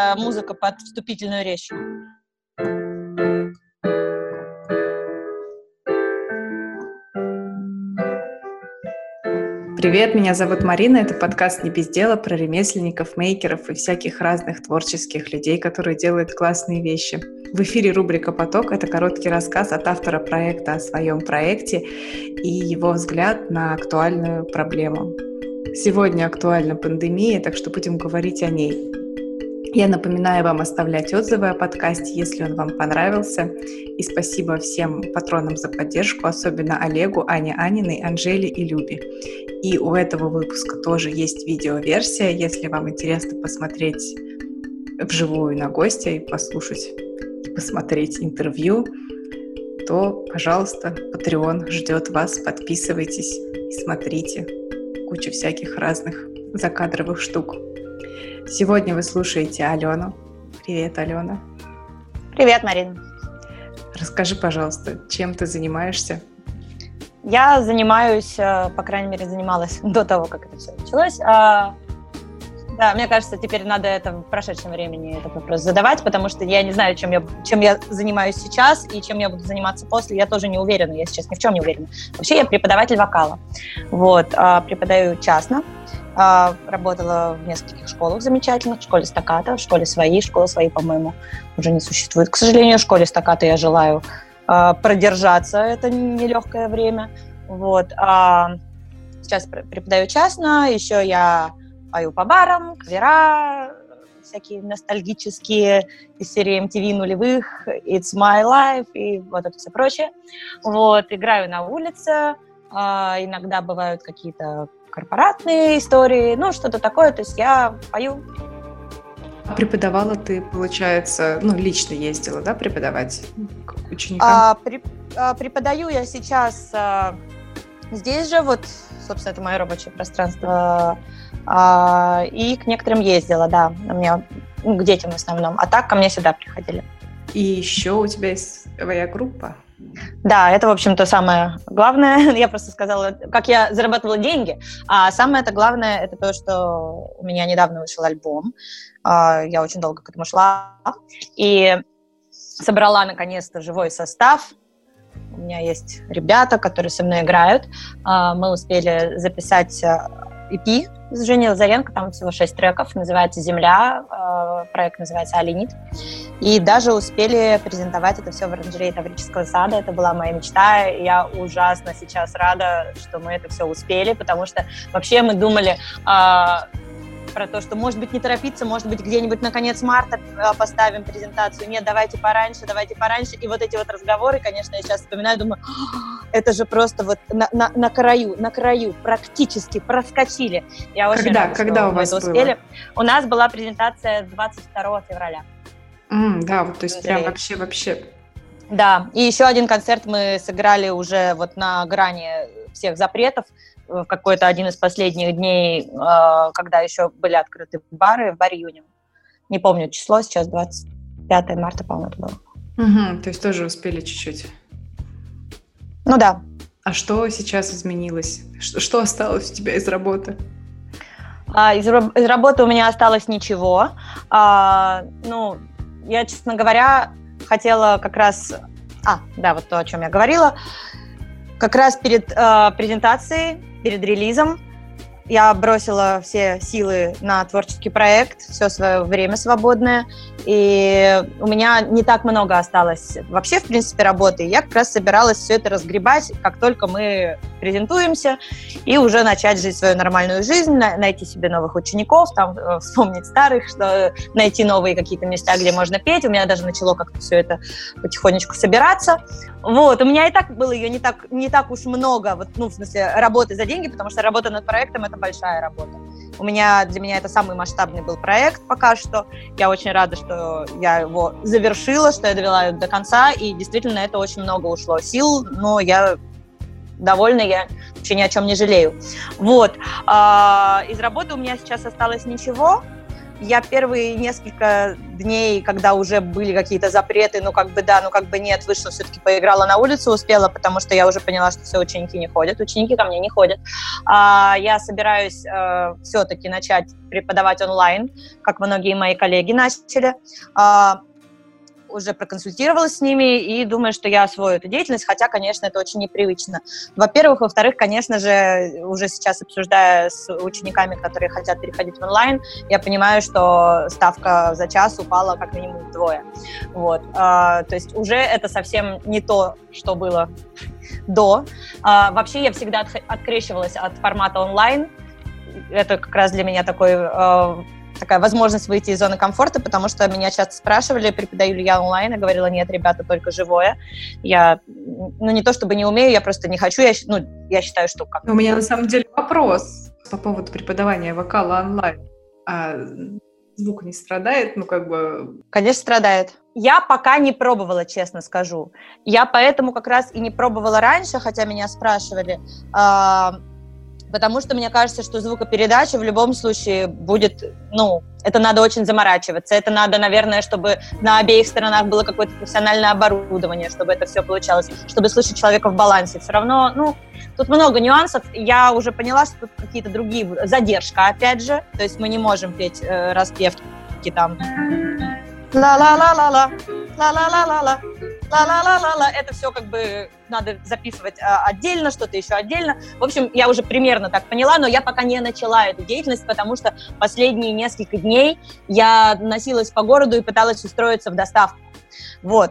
музыка под вступительную речь. Привет, меня зовут Марина, это подкаст «Не без дела» про ремесленников, мейкеров и всяких разных творческих людей, которые делают классные вещи. В эфире рубрика «Поток» — это короткий рассказ от автора проекта о своем проекте и его взгляд на актуальную проблему. Сегодня актуальна пандемия, так что будем говорить о ней. Я напоминаю вам оставлять отзывы о подкасте, если он вам понравился. И спасибо всем патронам за поддержку, особенно Олегу, Ане Аниной, Анжеле и Любе. И у этого выпуска тоже есть видеоверсия, если вам интересно посмотреть вживую на гостя и послушать, и посмотреть интервью, то, пожалуйста, Patreon ждет вас, подписывайтесь и смотрите. Куча всяких разных закадровых штук. Сегодня вы слушаете Алену. Привет, Алена. Привет, Марина. Расскажи, пожалуйста, чем ты занимаешься? Я занимаюсь, по крайней мере, занималась до того, как это все началось. Да, мне кажется, теперь надо это в прошедшем времени этот вопрос задавать, потому что я не знаю, чем я занимаюсь сейчас и чем я буду заниматься после. Я тоже не уверена, я сейчас ни в чем не уверена. Вообще я преподаватель вокала. Вот, преподаю частно. Работала в нескольких школах замечательных, в школе стаккато, в школе своей, школа своей, по-моему, уже не существует. К сожалению, в школе стаккато я желаю продержаться это нелегкое время. Вот. Сейчас преподаю частно, еще я пою по барам, кавера, всякие ностальгические из серии MTV нулевых, It's My Life и вот это все прочее. Вот. Играю на улице, иногда бывают какие-то корпоратные истории, ну, что-то такое, то есть я пою. А преподавала ты, получается, лично ездила, да, преподавать к ученикам? Преподаю я сейчас здесь же, вот, собственно, это мое рабочее пространство, и к некоторым ездила, да, у меня, к детям в основном, а так ко мне сюда приходили. И еще у тебя есть своя группа? Да, это, в общем-то, самое главное. Я просто сказала, как я зарабатывала деньги. А самое-то главное, это то, что у меня недавно вышел альбом. Я очень долго к этому шла. И собрала, наконец-то, живой состав. У меня есть ребята, которые со мной играют. Мы успели записать EP с Женей Лазаренко, там всего 6 треков, называется «Земля», проект называется «Аленит». И даже успели презентовать это все в оранжерее Таврического сада. Это была моя мечта, и я ужасно сейчас рада, что мы это все успели, потому что вообще мы думали про то, что, может быть, не торопиться, может быть, где-нибудь на конец марта поставим презентацию. Нет, давайте пораньше. И вот эти вот разговоры, конечно, я сейчас вспоминаю, думаю, это же просто вот на краю, практически проскочили. Я очень рада, когда у вас это успели. Было? У нас была презентация 22 февраля. Да, вот, то есть прям вообще. Да, и еще один концерт мы сыграли уже вот на грани всех запретов, в какой-то один из последних дней, когда еще были открыты бары, в баре Юнион. Не помню число, сейчас 25 марта, по-моему, это было. То есть тоже успели чуть-чуть. Ну да. А что сейчас изменилось? Что осталось у тебя из работы? Из работы у меня осталось ничего. Я, честно говоря, хотела как раз... да, вот то, о чем я говорила. Как раз перед презентацией, перед релизом я бросила все силы на творческий проект, все свое время свободное, и у меня не так много осталось вообще, в принципе, работы. Я как раз собиралась все это разгребать, как только мы презентуемся, и уже начать жить свою нормальную жизнь, найти себе новых учеников, там, вспомнить старых, найти новые какие-то места, где можно петь. У меня даже начало как-то все это потихонечку собираться. Вот, у меня и так было ее не так уж много, вот, в смысле, работы за деньги, потому что работа над проектом — это большая работа. Для меня это самый масштабный был проект пока что. Я очень рада, что я его завершила, что я довела его до конца, и действительно на это очень много ушло сил, но я довольна, я вообще ни о чем не жалею. Вот. Из работы у меня сейчас осталось ничего. я первые несколько дней, когда уже были какие-то запреты, ну как бы да, ну как бы нет, вышла, все-таки поиграла на улице, успела, потому что я уже поняла, что все, ученики не ходят, ученики ко мне не ходят. Я собираюсь все-таки начать преподавать онлайн, как многие мои коллеги начали. Уже проконсультировалась с ними и думаю, что я освою эту деятельность, хотя, конечно, это очень непривычно. Во-первых. Во-вторых, конечно же, уже сейчас обсуждая с учениками, которые хотят переходить в онлайн, я понимаю, что ставка за час упала как минимум вдвое. Вот. То есть уже это совсем не то, что было до. Вообще я всегда открещивалась от формата онлайн. Это как раз для меня такая возможность выйти из зоны комфорта, потому что меня часто спрашивали, преподаю ли я онлайн, я говорила, нет, ребята, только живое. Я, не то чтобы не умею, я просто не хочу, я считаю, что как... У меня на самом деле вопрос по поводу преподавания вокала онлайн. А звук не страдает? Конечно, страдает. Я пока не пробовала, честно скажу. Я поэтому как раз и не пробовала раньше, хотя меня спрашивали, потому что мне кажется, что звукопередача в любом случае будет, это надо очень заморачиваться, это надо, наверное, чтобы на обеих сторонах было какое-то профессиональное оборудование, чтобы это все получалось, чтобы слышать человека в балансе. Все равно, тут много нюансов, я уже поняла, что тут какие-то другие, задержка, опять же, то есть мы не можем петь распевки там ла-ла-ла-ла-ла, ла-ла-ла-ла-ла, ла-ла-ла-ла-ла. Это все как бы надо записывать отдельно, что-то еще отдельно. В общем, я уже примерно так поняла, но я пока не начала эту деятельность, потому что последние несколько дней я носилась по городу и пыталась устроиться в доставку. Вот.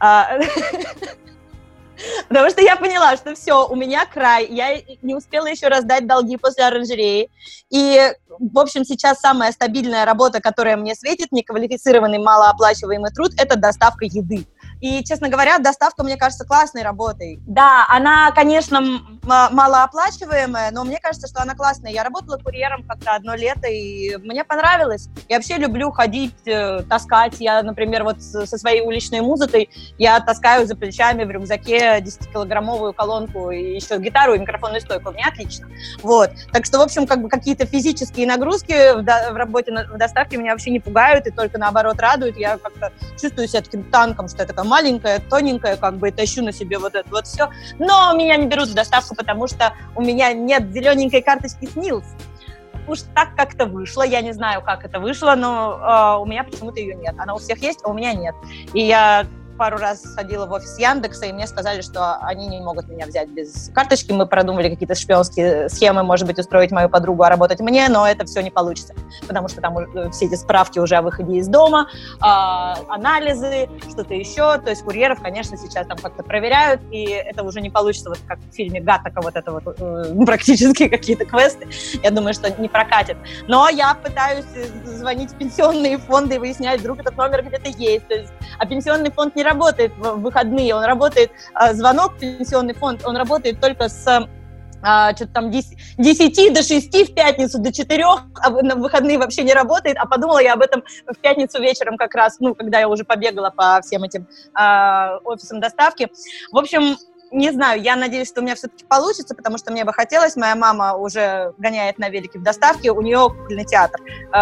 Потому что я поняла, что все, у меня край, я не успела еще раздать долги после оранжереи. И, в общем, сейчас самая стабильная работа, которая мне светит, неквалифицированный малооплачиваемый труд, это доставка еды. И, честно говоря, доставка, мне кажется, классной работой. Да, она, конечно, малооплачиваемая, но мне кажется, что она классная. Я работала курьером как-то одно лето, и мне понравилось. Я вообще люблю ходить, таскать. Я, например, вот со своей уличной музыкой, я таскаю за плечами в рюкзаке 10-килограммовую колонку и еще гитару и микрофонную стойку. Мне отлично. Вот. Так что, в общем, как бы какие-то физические нагрузки в работе в доставке меня вообще не пугают и только, наоборот, радуют. Я как-то чувствую себя таким танком, что я такая маленькая, тоненькая, как бы тащу на себе вот это вот все. Но меня не берут в доставку, потому что у меня нет зелененькой карточки СНИЛС. Уж так как-то вышло, я не знаю, как это вышло, но у меня почему-то ее нет. Она у всех есть, а у меня нет. И я пару раз сходила в офис Яндекса, и мне сказали, что они не могут меня взять без карточки. Мы продумали какие-то шпионские схемы, может быть, устроить мою подругу, а работать мне, но это все не получится, потому что там все эти справки уже о выходе из дома, анализы, что-то еще. То есть курьеров, конечно, сейчас там как-то проверяют, и это уже не получится, вот как в фильме Гаттака, вот это вот практически какие-то квесты. Я думаю, что не прокатит. Но я пытаюсь звонить в пенсионные фонды и выяснять, вдруг этот номер где-то есть. То есть, а пенсионный фонд не работает в выходные, он работает, звонок в пенсионный фонд, он работает только с что-то там 10 до 6 в пятницу, до 4, а на выходные вообще не работает, а подумала я об этом в пятницу вечером как раз, когда я уже побегала по всем этим офисам доставки. В общем, не знаю, я надеюсь, что у меня все-таки получится, потому что мне бы хотелось, моя мама уже гоняет на велике в доставке, у нее кукольный театр.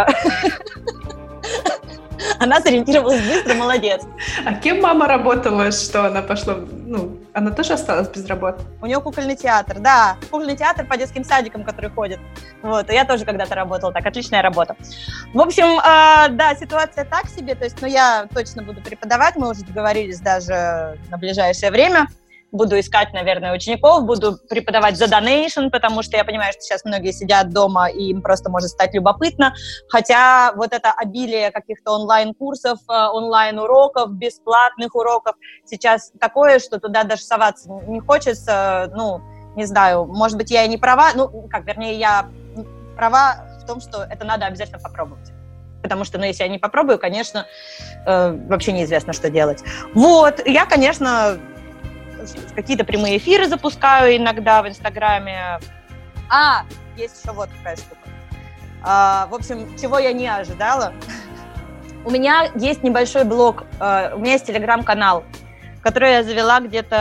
Она сориентировалась быстро, молодец. А кем мама работала, что она пошла, она тоже осталась без работы? У нее кукольный театр, да, кукольный театр по детским садикам, который ходит. Вот, и я тоже когда-то работала, так, отличная работа. В общем, да, ситуация так себе, то есть, я точно буду преподавать, мы уже договорились даже на ближайшее время. Буду искать, наверное, учеников, буду преподавать за донейшн, потому что я понимаю, что сейчас многие сидят дома, и им просто может стать любопытно. Хотя вот это обилие каких-то онлайн-курсов, онлайн-уроков, бесплатных уроков сейчас такое, что туда даже соваться не хочется. Не знаю, может быть, я и не права. Я права в том, что это надо обязательно попробовать. Потому что, если я не попробую, конечно, вообще неизвестно, что делать. Вот, я, конечно, какие-то прямые эфиры запускаю иногда в Инстаграме. Есть еще вот такая штука. В общем, чего я не ожидала. У меня есть небольшой блог, у меня есть телеграм-канал, который я завела где-то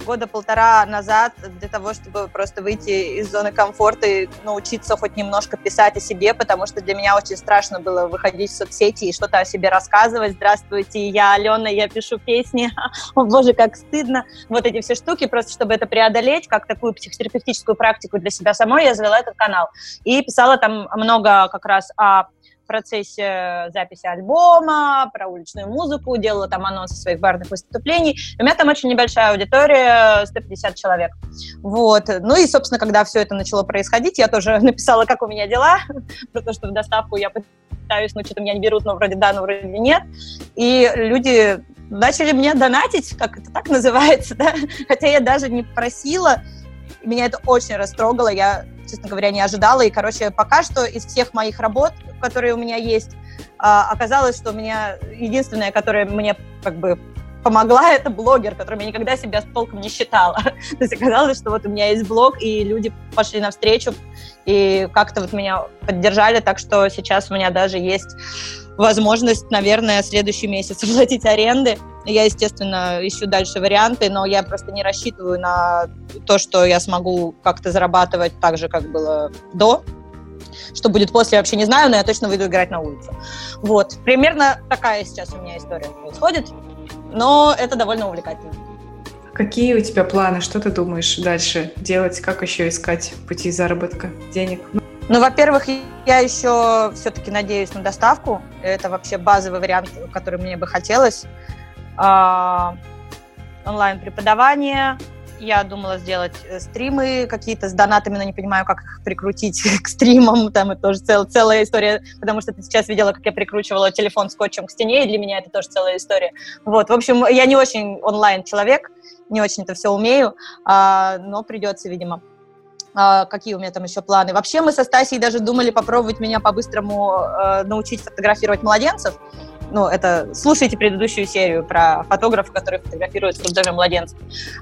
года полтора назад для того, чтобы просто выйти из зоны комфорта и научиться хоть немножко писать о себе, потому что для меня очень страшно было выходить в соцсети и что-то о себе рассказывать. Здравствуйте, я Алена, я пишу песни. О, боже, как стыдно. Вот эти все штуки, просто чтобы это преодолеть, как такую психотерапевтическую практику для себя самой, я завела этот канал. И писала там много как раз о процессе записи альбома, про уличную музыку, делала там анонсы своих барных выступлений. У меня там очень небольшая аудитория, 150 человек. Вот. Ну и, собственно, когда все это начало происходить, я тоже написала, как у меня дела, про то, что в доставку я пытаюсь, но что-то меня не берут, но вроде да, но вроде нет. И люди начали мне донатить, как это так называется, да? Хотя я даже не просила. Меня это очень растрогало, я, честно говоря, не ожидала. И, короче, пока что из всех моих работ, которые у меня есть, оказалось, что у меня единственная, которая мне как бы помогла, это блогер, которым я никогда себя толком не считала. То есть оказалось, что вот у меня есть блог, и люди пошли навстречу, и как-то вот меня поддержали, так что сейчас у меня даже есть возможность, наверное, следующий месяц оплатить аренды. Я, естественно, ищу дальше варианты, но я просто не рассчитываю на то, что я смогу как-то зарабатывать так же, как было до. Что будет после, я вообще не знаю, но я точно выйду играть на улицу. Вот. Примерно такая сейчас у меня история происходит, но это довольно увлекательно. Какие у тебя планы? Что ты думаешь дальше делать? Как еще искать пути заработка денег? Ну, во-первых, я еще все-таки надеюсь на доставку. Это вообще базовый вариант, который мне бы хотелось. Онлайн-преподавание. Я думала сделать стримы какие-то с донатами, но не понимаю, как их прикрутить к стримам. Там это тоже целая история, потому что ты сейчас видела, как я прикручивала телефон скотчем к стене, и для меня это тоже целая история. Вот, в общем, я не очень онлайн-человек, не очень это все умею, но придется, видимо. Какие у меня там еще планы? Вообще мы со Стасей даже думали попробовать меня по-быстрому научить фотографировать младенцев. Ну, это слушайте предыдущую серию про фотографа, который фотографирует в роддоме младенцев.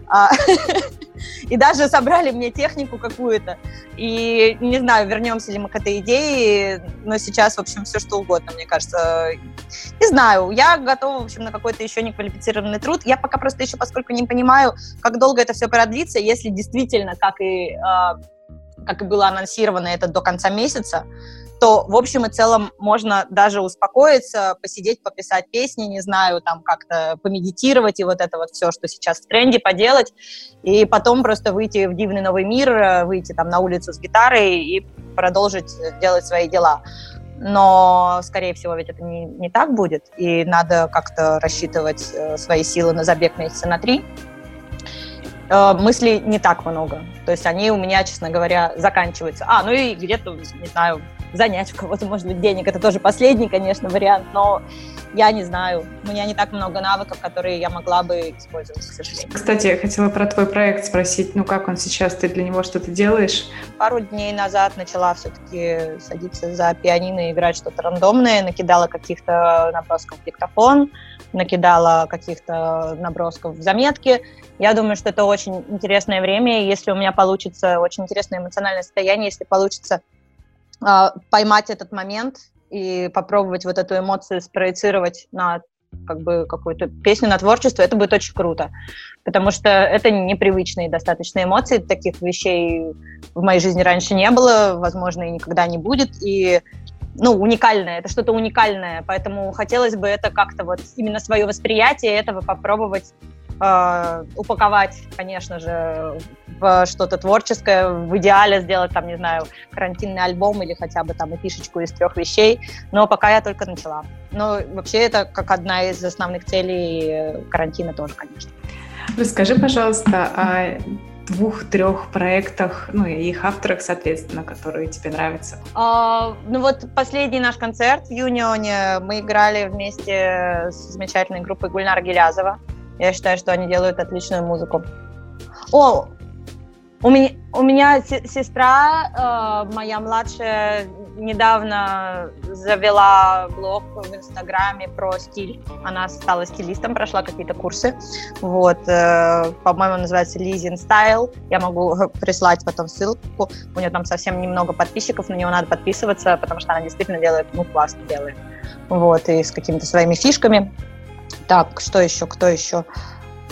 И даже собрали мне технику какую-то. И не знаю, вернемся ли мы к этой идее, но сейчас, в общем, все что угодно, мне кажется. Не знаю, я готова, в общем, на какой-то еще неквалифицированный труд. Я пока просто еще, поскольку не понимаю, как долго это все продлится, если действительно, как и было анонсировано это до конца месяца, то в общем и целом можно даже успокоиться, посидеть, пописать песни, не знаю, там как-то помедитировать и вот это вот все, что сейчас в тренде, поделать, и потом просто выйти в дивный новый мир, выйти там на улицу с гитарой и продолжить делать свои дела. Но, скорее всего, ведь это не так будет, и надо как-то рассчитывать свои силы на забег месяца на 3. Мыслей не так много, то есть они у меня, честно говоря, заканчиваются. Ну и где-то, не знаю, занять у кого-то, может быть, денег. Это тоже последний, конечно, вариант, но я не знаю. У меня не так много навыков, которые я могла бы использовать, к сожалению. Кстати, я хотела про твой проект спросить. Как он сейчас? Ты для него что-то делаешь? Пару дней назад начала все-таки садиться за пианино и играть что-то рандомное. Накидала каких-то набросков в диктофон, накидала каких-то набросков в заметки. Я думаю, что это очень интересное время. Если у меня получится, очень интересное эмоциональное состояние, если получится поймать этот момент и попробовать вот эту эмоцию спроецировать на какую-то песню, на творчество, это будет очень круто, потому что это непривычные достаточно эмоции, таких вещей в моей жизни раньше не было, возможно, и никогда не будет, и уникальное, это что-то уникальное, поэтому хотелось бы это как-то вот именно свое восприятие этого попробовать упаковать, конечно же, в что-то творческое, в идеале сделать там, не знаю, карантинный альбом или хотя бы там эпишечку из 3 вещей, но пока я только начала. Но вообще это как одна из основных целей карантина тоже, конечно. Расскажи, пожалуйста, о 2-3 проектах, и их авторах, соответственно, которые тебе нравятся. Последний наш концерт в Юнионе мы играли вместе с замечательной группой Гульнара Гилязова. Я считаю, что они делают отличную музыку. У меня сестра, моя младшая, недавно завела блог в Инстаграме про стиль. Она стала стилистом, прошла какие-то курсы. Вот, по-моему, называется Lizin Style. Я могу прислать потом ссылку. У нее там совсем немного подписчиков, на нее надо подписываться, потому что она действительно делает, классно делает. Вот, и с какими-то своими фишками. Так, что еще, кто еще?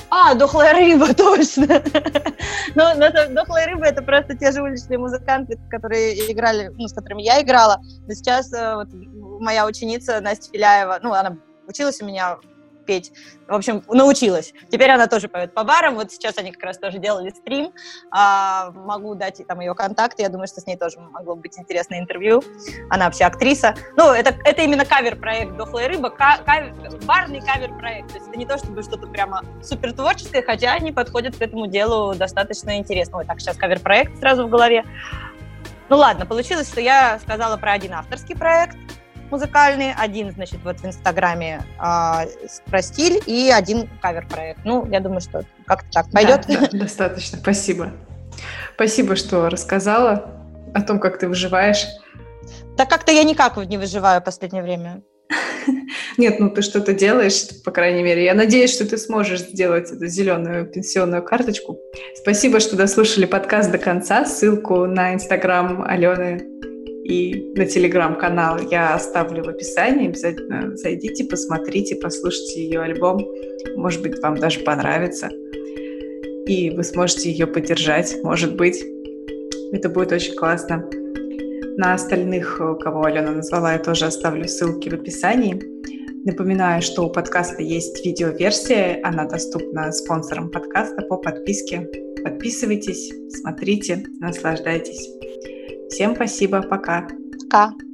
Дохлая рыба, точно. Ну, дохлая рыба — это просто те же уличные музыканты, которые играли, с которыми я играла. Но сейчас вот моя ученица Настя Филяева, она училась у меня петь, в общем, научилась. Теперь она тоже поет по барам, вот сейчас они как раз тоже делали стрим, могу дать там ее контакты, я думаю, что с ней тоже могло быть интересное интервью, она вообще актриса. Это именно кавер-проект «Дохлая рыба», барный кавер-проект, то есть это не то, чтобы что-то прямо супер творческое, хотя они подходят к этому делу достаточно интересно. Так, сейчас кавер-проект сразу в голове. Ладно, получилось, что я сказала про один авторский проект музыкальный, один, значит, вот в Инстаграме про стиль и один кавер-проект. Я думаю, что как-то так пойдет. Да, достаточно, спасибо. Спасибо, что рассказала о том, как ты выживаешь. Да как-то я никак не выживаю в последнее время. Нет, ты что-то делаешь, по крайней мере. Я надеюсь, что ты сможешь сделать эту зеленую пенсионную карточку. Спасибо, что дослушали подкаст до конца. Ссылку на Инстаграм Алены и на Телеграм-канал я оставлю в описании. Обязательно зайдите, посмотрите, послушайте ее альбом. Может быть, вам даже понравится. И вы сможете ее поддержать, может быть. Это будет очень классно. На остальных, кого Алена назвала, я тоже оставлю ссылки в описании. Напоминаю, что у подкаста есть видеоверсия. Она доступна спонсорам подкаста по подписке. Подписывайтесь, смотрите, наслаждайтесь. Всем спасибо, пока. Пока.